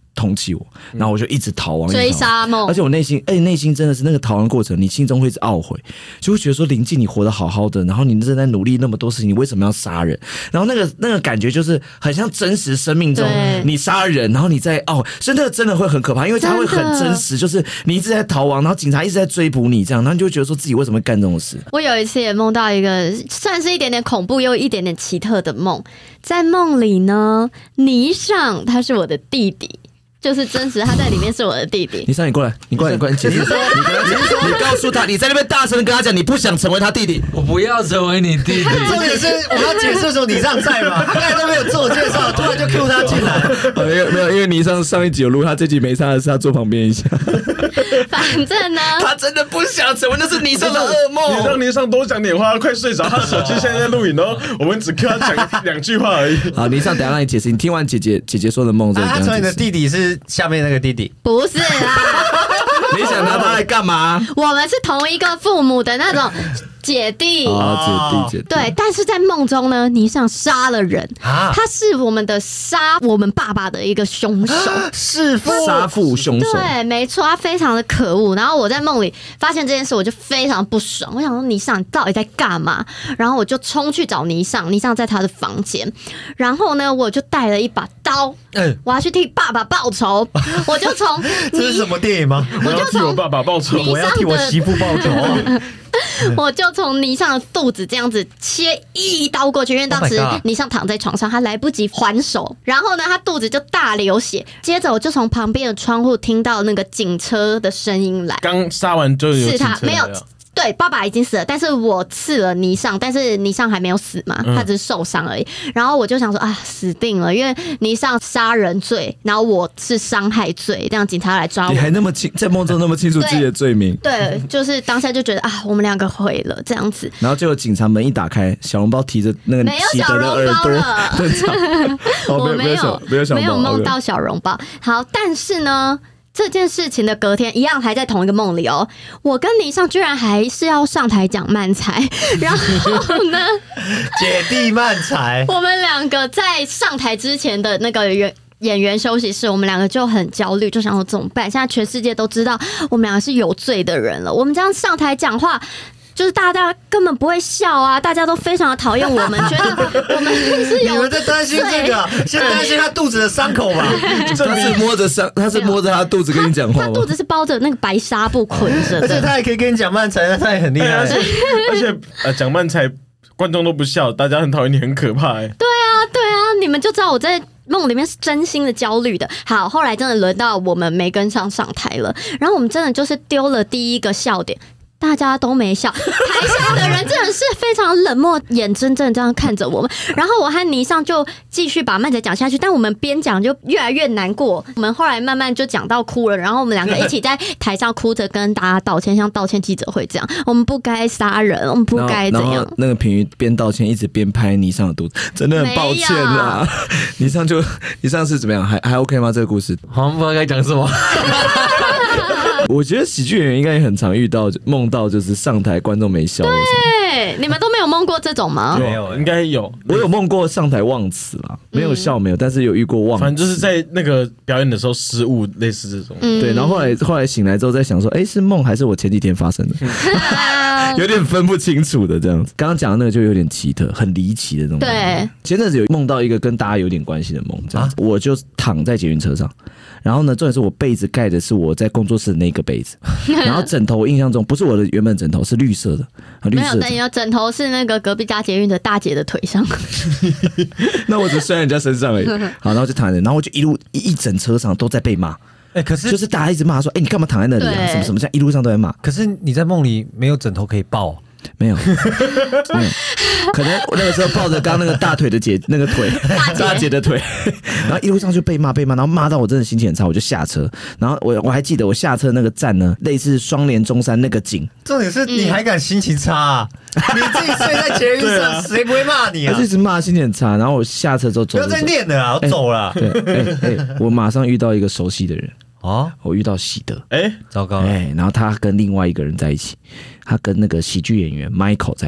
通缉我，然后我就一直逃亡， 追杀梦， 而且我内心，而且内心真的是那个逃亡过程，你心中会一直懊悔，就会觉得说林静你活得好好的，然后你正在努力那么多事情，你为什么要杀人？然后那个那个感觉就是很像真实生命中你杀人，然后你在哦，所以那个真的会很可怕，因为它会很真实，就是你一直在逃亡，然后警察一直在追捕你，这样，然后你就会觉得说自己为什么会干这种事？ 我有一次也梦到一个算是一点点恐怖又一点点奇特的梦，在梦里呢，倪尚他是我的弟弟。就是真实，他在里面是我的弟弟。 你上，你过来，你过来，你过来，你解释。你跟他讲，你告诉他，你在那边大声跟他讲，你不想成为他弟弟。 我不要成为你弟弟。 重点是我要解释的时候，你上在嘛？他刚才都没有自我介绍，突然就 Q 他进来。 没有没有，因为你上上一集有录，他这集没上的是他坐旁边一下。 反正呢， 他真的不想成为，那是你上的噩梦。 你让你上多讲点话，快睡着。他手机现在在录影哦，我们只 Q 他讲两句话而已。 好，你上，等下让你解释。你听完姐姐姐姐说的梦之后， 他成为你的弟弟是下面那个弟弟？ 不是啦。 你想拿他来干嘛？ 我们是同一个父母的那种姐弟。 哦，姐弟姐弟。 对，但是在梦中呢，倪尚杀了人，啊、他是我们的杀我们爸爸的一个凶手， 弑父杀父凶手。 对，没错，他非常的可恶。然后我在梦里发现这件事，我就非常不爽。我想说，倪尚你到底在干嘛？然后我就冲去找倪尚，倪尚在他的房间。然后呢，我就带了一把刀，嗯、我要去替爸爸报仇。我就从这是什么电影吗？ 我要替我爸爸报仇， 我要替我媳妇报仇。 我就从倪尚的肚子这样子切一刀过去，因为当时倪尚躺在床上，他来不及还手，然后呢，他肚子就大流血。接着我就从旁边的窗户听到那个警车的声音来， 刚杀完就有警车来了。 是他没有。对，爸爸已经死了，但是我刺了倪尚，但是倪尚还没有死嘛，他只是受伤而已。嗯、然后我就想说啊，死定了，因为倪尚杀人罪，然后我是伤害罪，这样警察来抓我。 你还那么清，在梦中那么清楚自己的罪名。 对，对就是当下就觉得啊，我们两个毁了这样子。 然后结果警察门一打开，小笼包提着那个喜德的耳朵登场。 我没有没有小没有梦到小笼包。好，但是呢。这件事情的隔天一样还在同一个梦里哦，我跟倪尚居然还是要上台讲漫才，然后呢， 姐弟漫才， 我们两个在上台之前的那个演演员休息室，我们两个就很焦虑，就想说怎么办？现在全世界都知道我们两个是有罪的人了，我们这样上台讲话。就是大家根本不会笑啊，大家都非常的讨厌我们，觉得我们是有。 你们在担心这个？先担心他肚子的伤口吧。 他是摸着伤，他是摸着他肚子跟你讲话吗？ 他肚子是包着那个白纱布捆着的， 而且他也可以跟你讲漫才，那他也很厉害。 而且而且呃，讲漫才观众都不笑，大家很讨厌你，很可怕哎、欸。 对啊，对啊，你们就知道我在。梦里面是真心的焦虑的。好，后来真的轮到我们没跟上上台了，然后我们真的就是丢了第一个笑点。大家都没笑，台下的人真的是非常冷漠，眼睁睁这样看着我们。然后我和倪尚就继续把漫才讲下去，但我们边讲就越来越难过。我们后来慢慢就讲到哭了，然后我们两个一起在台上哭着跟大家道歉，像道歉记者会这样。我们不该杀人，我们不该怎样。 然后那个品瑜边道歉一直边拍倪尚的肚子，真的很抱歉啊。倪尚就倪尚是怎么样？还还 OK 吗？这个故事好像不知道该讲什么。 我觉得喜剧演员应该也很常遇到梦到就是上台观众没笑。 对，你们都没有梦过这种吗？ 没有，应该有。 我有梦过上台忘词啦，没有笑没有，但是有遇过忘词。 反正就是在那个表演的时候失误，类似这种。 嗯、 对，然后后来后来醒来之后在想说，哎、欸，是梦还是我前几天发生的？有点分不清楚的这样子。刚刚讲的那个就有点奇特，很离奇的那种。 对， 前阵子有梦到一个跟大家有点关系的梦，这样子、啊、我就躺在捷运车上。然后呢，重点是我被子盖的是我在工作室的那个被子，然后枕头我印象中不是我的原本枕头，是绿色的，绿色的。 没有，你的枕头是那个隔壁搭捷运的大姐的腿上。 那我只睡在人家身上而已。好，然后就躺在那，然后我就一路一一整车上都在被骂。 哎、欸，可是就是大家一直骂说，哎、欸，你干嘛躺在那里啊？什么什么，这样一路上都在骂。 可是你在梦里没有枕头可以抱。 没有，没有，可能我那个时候抱着刚刚那个大腿的姐，那个腿，大姐的腿，然后一路上就被骂被骂，然后骂到我真的心情很差，我就下车。然后我我还记得我下车那个站呢，类似双连中山那个景。 重点是你还敢心情差啊？你自己睡在捷运上，谁、啊、不会骂你啊？ 我就一直骂心情很差，然后我下车之后走， 不要再念了啊，我走了。 对，哎哎、欸，我马上遇到一个熟悉的人。 哦， 我遇到喜德， 哎、欸， 糟糕了， 哎、欸，然后他跟另外一个人在一起，他跟那个喜剧演员 Michael 在一起，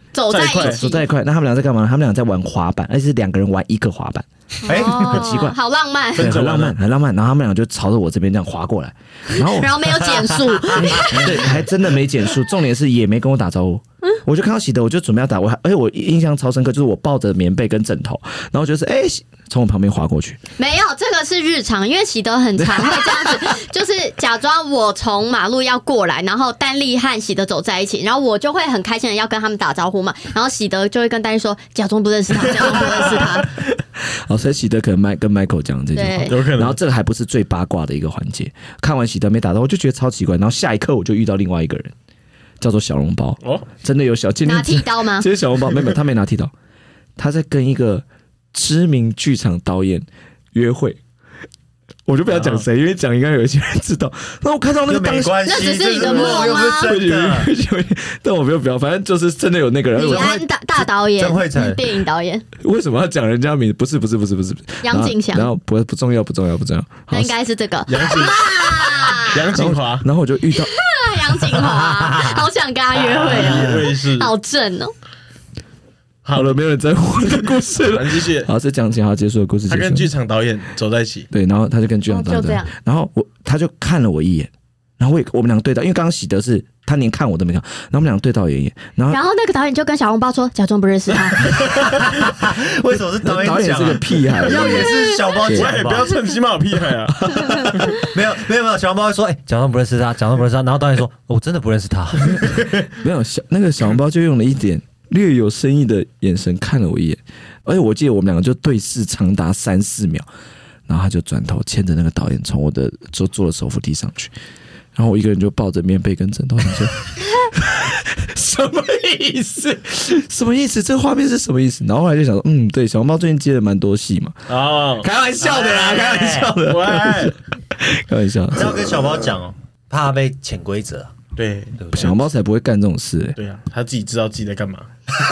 走在一起， 走在一块。那他们俩在干嘛？他们俩在玩滑板，而且是两个人玩一个滑板。 哎、 哦， 很奇怪， 好浪漫， 对，很浪漫，很浪漫。然后他们俩就朝着我这边这样滑过来，然后然后没有减速， 对，还真的没减速。重点是也没跟我打招呼，我就看到喜德，我就准备要打我，而且我印象超深刻，就是我抱着棉被跟枕头，然后就是哎，从我旁边滑过去。 没有，这个是日常，因为喜德很常会这样子，就是假装我从马路要过来，然后丹丽和喜德走在一起，然后我就会很开心的要跟他们打招呼嘛，然后喜德就会跟丹丽说，假装不认识他，假装不认识他。 哦，所以喜德可能麦跟 Michael 讲这句话， 有可能。 然后这个还不是最八卦的一个环节。看完喜德没打到，我就觉得超奇怪。然后下一刻我就遇到另外一个人，叫做小笼包。哦，真的有小今天拿剃刀吗？ 这是小笼包，没有，他没拿剃刀，他在跟一个知名剧场导演约会。我就不要讲谁，因为讲应该有一些人知道。那我看到那个当没关系， 那只是你的梦吗？ 但我没有不要，反正就是真的有那个人。 李安大大导演， 曾慧成电影导演。 为什么要讲人家名字？不是不是不是不是杨景祥。 然后不不重要不重要不重要。 那应该是这个杨景杨景华。 然后我就遇到杨景华，好想跟他约会哦， 我也是， 好正哦。 好了，没有人在乎我的故事了。 继续， 好，这讲讲好结束的故事。 他跟剧场导演走在一起， 对，然后他就跟剧场导演， 哦、就这样。 然后我他就看了我一眼，然后我也我们两个对到，因为刚刚喜德是他连看我都没看，然后我们两个对到一眼，然后然后那个导演就跟小笼包说，假装不认识他。 为什么是导演讲、啊？ 导演是个屁孩， 要也是小包讲吧？ 不要趁机骂我屁孩啊！ 没有没有没有，小笼包会说，哎、欸，假装不认识他，假装不认识他，然后导演说，我真的不认识他。 没有小那个小笼包就用了一点略有深意的眼神看了我一眼，而且我记得我们两个就对视长达三四秒，然后他就转头牵着那个导演从我的就坐了手扶梯上去，然后我一个人就抱着棉被跟枕头，想说什么意思？什么意思？这画面是什么意思？然后后来就想说，嗯，对，小笼包最近接了蛮多戏嘛，哦，开玩笑的啦，开玩笑的，开玩笑。 要跟小包讲哦，怕他被潜规则。 对， 小笼包才不会干这种事、欸。 对啊，他自己知道自己在干嘛。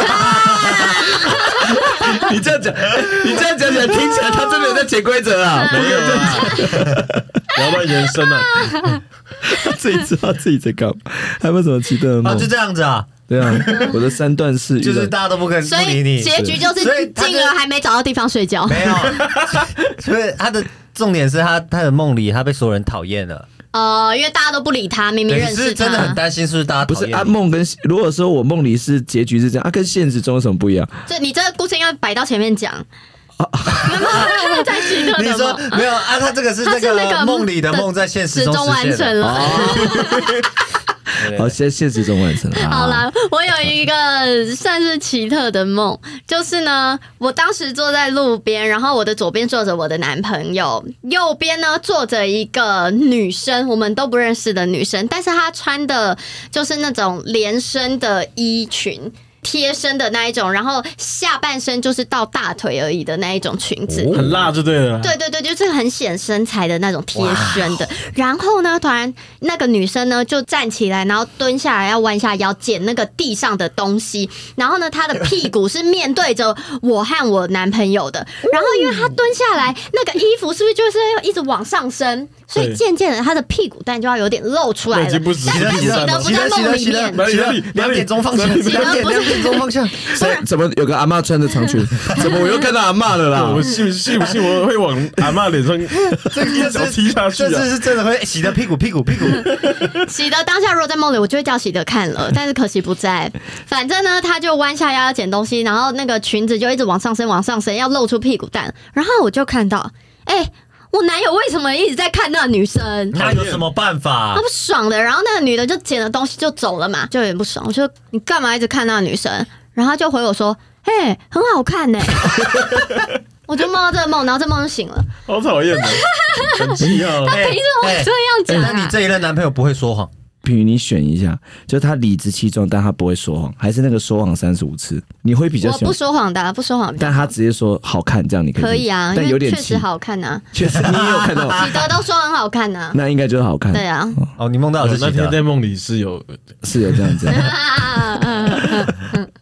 你这样讲，你这样讲起来，听起来他真的有在潜规则啊！ 没有啊，不要乱延伸啊！ 他自己知道自己在干嘛，还有没有什么奇特的梦？ 啊，就这样子啊。 对啊，我的三段式就是大家都不肯不理你， 结局就是进而还没找到地方睡觉。 没有，所以他的重点是他他的梦里他被所有人讨厌了。 哦、呃，因为大家都不理他，明明认识他， 是真的很担心，是不是大家不是啊？梦跟如果说我梦里是结局是这样，啊，跟现实中有什么不一样？ 这你这个故事应该摆到前面讲。在奇特的梦， 你说没有啊？他这个是这个梦里的梦，在现实中完成了。 好，现现实中完成了。 好啦，我有一个算是奇特的梦，就是呢，我当时坐在路边，然后我的左边坐着我的男朋友，右边呢坐着一个女生，我们都不认识的女生，但是她穿的就是那种连身的衣裙。贴身的那一种，然后下半身就是到大腿而已的那一种裙子， 哦、很辣就对了。 对对对，就是很显身材的那种贴身的。然后呢，突然那个女生呢就站起来，然后蹲下来要弯下腰捡那个地上的东西。然后呢，她的屁股是面对着我和我男朋友的。然后因为她蹲下来，那个衣服是不是就是要一直往上升？所以渐渐的，她的屁股蛋就要有点露出来了。但是喜德不在梦里面， 两点钟放下，两点两点钟放下。 怎么有个阿嬷穿着长裙？怎么我又看到阿嬷了啦？ 我信信不信我会往阿嬷脸上这一脚踢下去啊？ 这次是真的会喜德屁股屁股屁股。 喜德当下如果在梦里，我就会叫喜德看了，但是可惜不在。反正呢，他就弯下腰要捡东西，然后那个裙子就一直往上升，往上升，要露出屁股蛋。然后我就看到，哎、欸。我男友为什么一直在看那个女生？ 他有什么办法？ 他不爽的，然后那个女的就捡了东西就走了嘛，就有点不爽。我说你干嘛一直看那个女生？然后他就回我说：“嘿，很好看呢、欸。”我就梦到这个梦，然后这梦就醒了。 好讨厌的，很气啊！ 他凭什么这样讲、啊？ 那你这一任男朋友不会说谎？ 比如你选一下，就是他理直气壮，但他不会说谎，还是那个说谎三十五次，你会比较喜欢？ 我不说谎的、啊，不说谎。 但他直接说好看，这样你可以可以啊， 但有点确实好看啊， 确实你也有看到， 喜德都说很好看啊， 那应该就是好看。 对啊， 哦，你梦到的是那天在梦里是有是有这样子。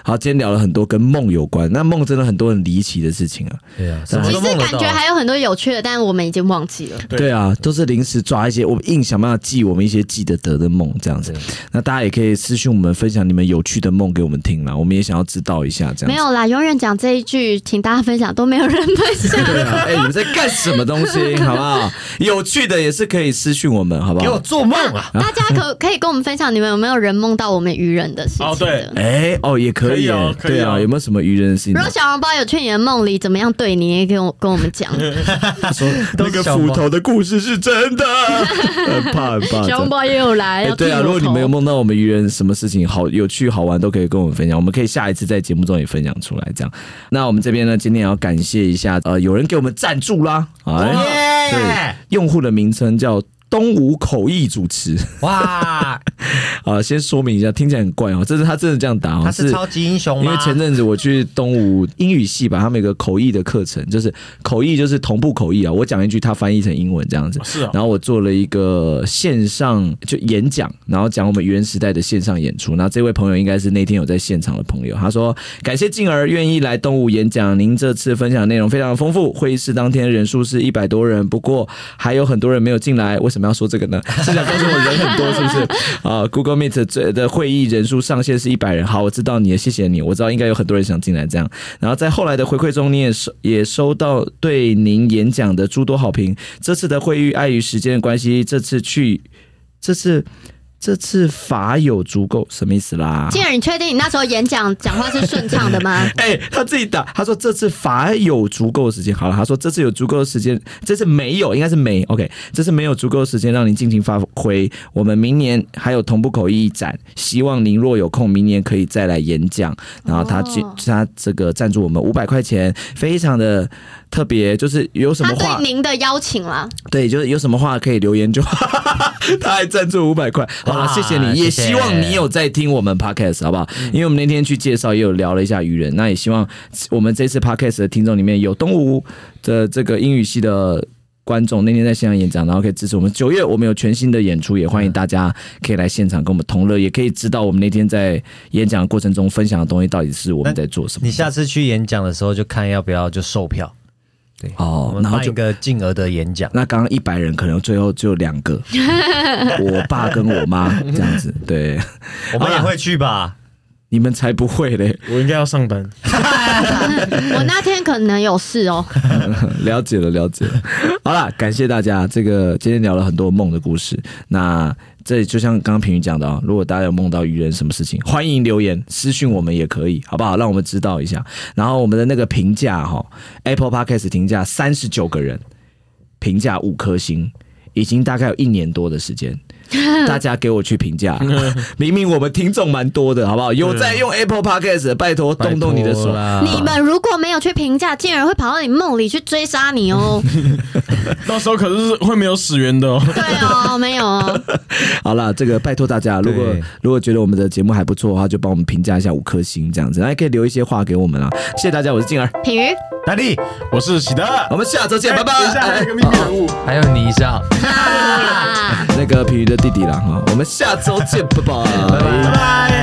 好，今天聊了很多跟梦有关，那梦真的很多很离奇的事情啊。 对啊， 其实感觉还有很多有趣的，但是我们已经忘记了。 对啊，都是临时抓一些，我们硬想办法记我们一些记得得的梦这样子。那大家也可以私讯我们分享你们有趣的梦给我们听啦，我们也想要知道一下这样子。 没有啦，永远讲这一句，请大家分享，都没有人分享。 对啊，哎、欸，你们在干什么东西？好不好？有趣的也是可以私讯我们，好不好？ 给我做梦啊！ 大家可可以跟我们分享，你们有没有人梦到我们愚人的事情？ 哦，对， 哎、欸，哦，也可以，可以哦，可以哦对啊，有没有什么愚人的事情？ 如果小笼包有去你的梦里怎么样对你，也跟我跟我们讲。 他说那个斧头的故事是真的，很怕很怕。 小笼包也有来， 欸、对啊，如果你们有梦到我们愚人什么事情好有趣好玩，都可以跟我们分享，我们可以下一次在节目中也分享出来。这样，那我们这边呢，今天也要感谢一下，呃，有人给我们赞助啦，哎，对，用户的名称叫东吴口译主持， 哇！ 啊，先说明一下，听起来很怪哦，这是他真的这样打哦， 他是超级英雄吗？ 因为前阵子我去东吴英语系吧，他们有个口译的课程，就是口译就是同步口译啊，我讲一句，他翻译成英文这样子。 是啊。 然后我做了一个线上就演讲，然后讲我们愚人时代的线上演出。那这位朋友应该是那天有在现场的朋友，他说感谢静儿愿意来东吴演讲，您这次分享的内容非常丰富。会议室当天人数是一百多人，不过还有很多人没有进来，为什么要说这个呢？是想告诉我人很多是不是？啊 ，Google Meet 的会议人数上限是一百人。好，我知道你，谢谢你，我知道应该有很多人想进来这样。然后在后来的回馈中，你也收也收到对您演讲的诸多好评。这次的会议碍于时间的关系，这次去这次。这次法有足够什么意思啦？ 静儿，你确定你那时候演讲讲话是顺畅的吗？ 哎、欸，他自己打，他说这次法有足够的时间。好了，他说这次有足够的时间，这次没有，应该是没。OK， 这次没有足够的时间让您尽情发挥。我们明年还有同步口译展，希望您若有空，明年可以再来演讲。然后他、哦、他这个赞助我们五百块钱，非常的特别，就是有什么话， 他对您的邀请啦， 对，就是有什么话可以留言就，他还赞助五百块。好了，谢谢你，也希望你有在听我们 podcast 好不好？因为我们那天去介绍也有聊了一下愚人，那也希望我们这次 podcast 的听众里面有东吴的这个英语系的观众，那天在现场演讲，然后可以支持我们。九月我们有全新的演出，也欢迎大家可以来现场跟我们同乐，也可以知道我们那天在演讲的过程中分享的东西到底是我们在做什么。 你下次去演讲的时候就看要不要就售票。对哦， 我们办一个静儿的演讲。 那刚刚一百人，可能最后只有两个，我爸跟我妈这样子。对， 我们也会去吧？ 你们才不会嘞！ 我应该要上班。 我那天可能有事哦。 了解了，了解了。好啦，感谢大家。这个今天聊了很多梦的故事。那这就像刚刚平宇讲的哦，如果大家有梦到愚人什么事情，欢迎留言私讯我们也可以，好不好？让我们知道一下。然后我们的那个评价哈 ，Apple Podcast 评价三十九个人，评价五颗星，已经大概有一年多的时间。大家给我去评价，明明我们听众蛮多的，好不好？有在用 Apple Podcast， 拜托动动你的手。 你们如果没有去评价，竟然会跑到你梦里去追杀你哦。 到时候可是会没有始源的哦。 对哦，没有哦。 好啦，这个拜托大家，如果如果觉得我们的节目还不错的话，就帮我们评价一下五颗星这样子，那也可以留一些话给我们啊。谢谢大家，我是静儿， 品瑜， 大力， 我是喜德， 我们下周见，拜拜。 等一下还有一个秘密人物， 还有你一下， 那个品瑜的弟弟啦哈，我们下周见，拜拜， 拜拜。